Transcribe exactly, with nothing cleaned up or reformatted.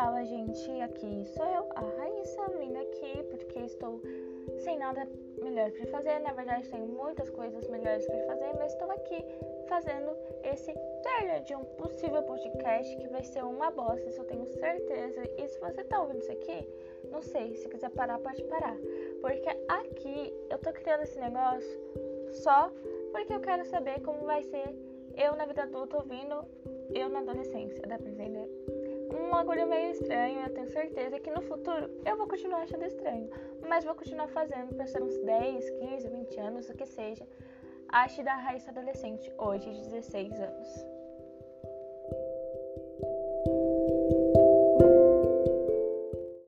Fala, gente, aqui sou eu, a Raíssa, vindo aqui porque estou sem nada melhor para fazer. Na verdade, tenho muitas coisas melhores para fazer, mas estou aqui fazendo esse trailer de um possível podcast que vai ser uma bosta, isso eu tenho certeza. E se você tá ouvindo isso aqui, não sei, se quiser parar, pode parar. Porque aqui eu tô criando esse negócio só porque eu quero saber como vai ser eu na vida adulta ouvindo eu na adolescência, dá pra entender? Um bagulho meio estranho, eu tenho certeza que no futuro eu vou continuar achando estranho, mas vou continuar fazendo pra ser uns dez, quinze, vinte anos, o que seja. Arte da Raíssa adolescente, hoje, dezesseis anos.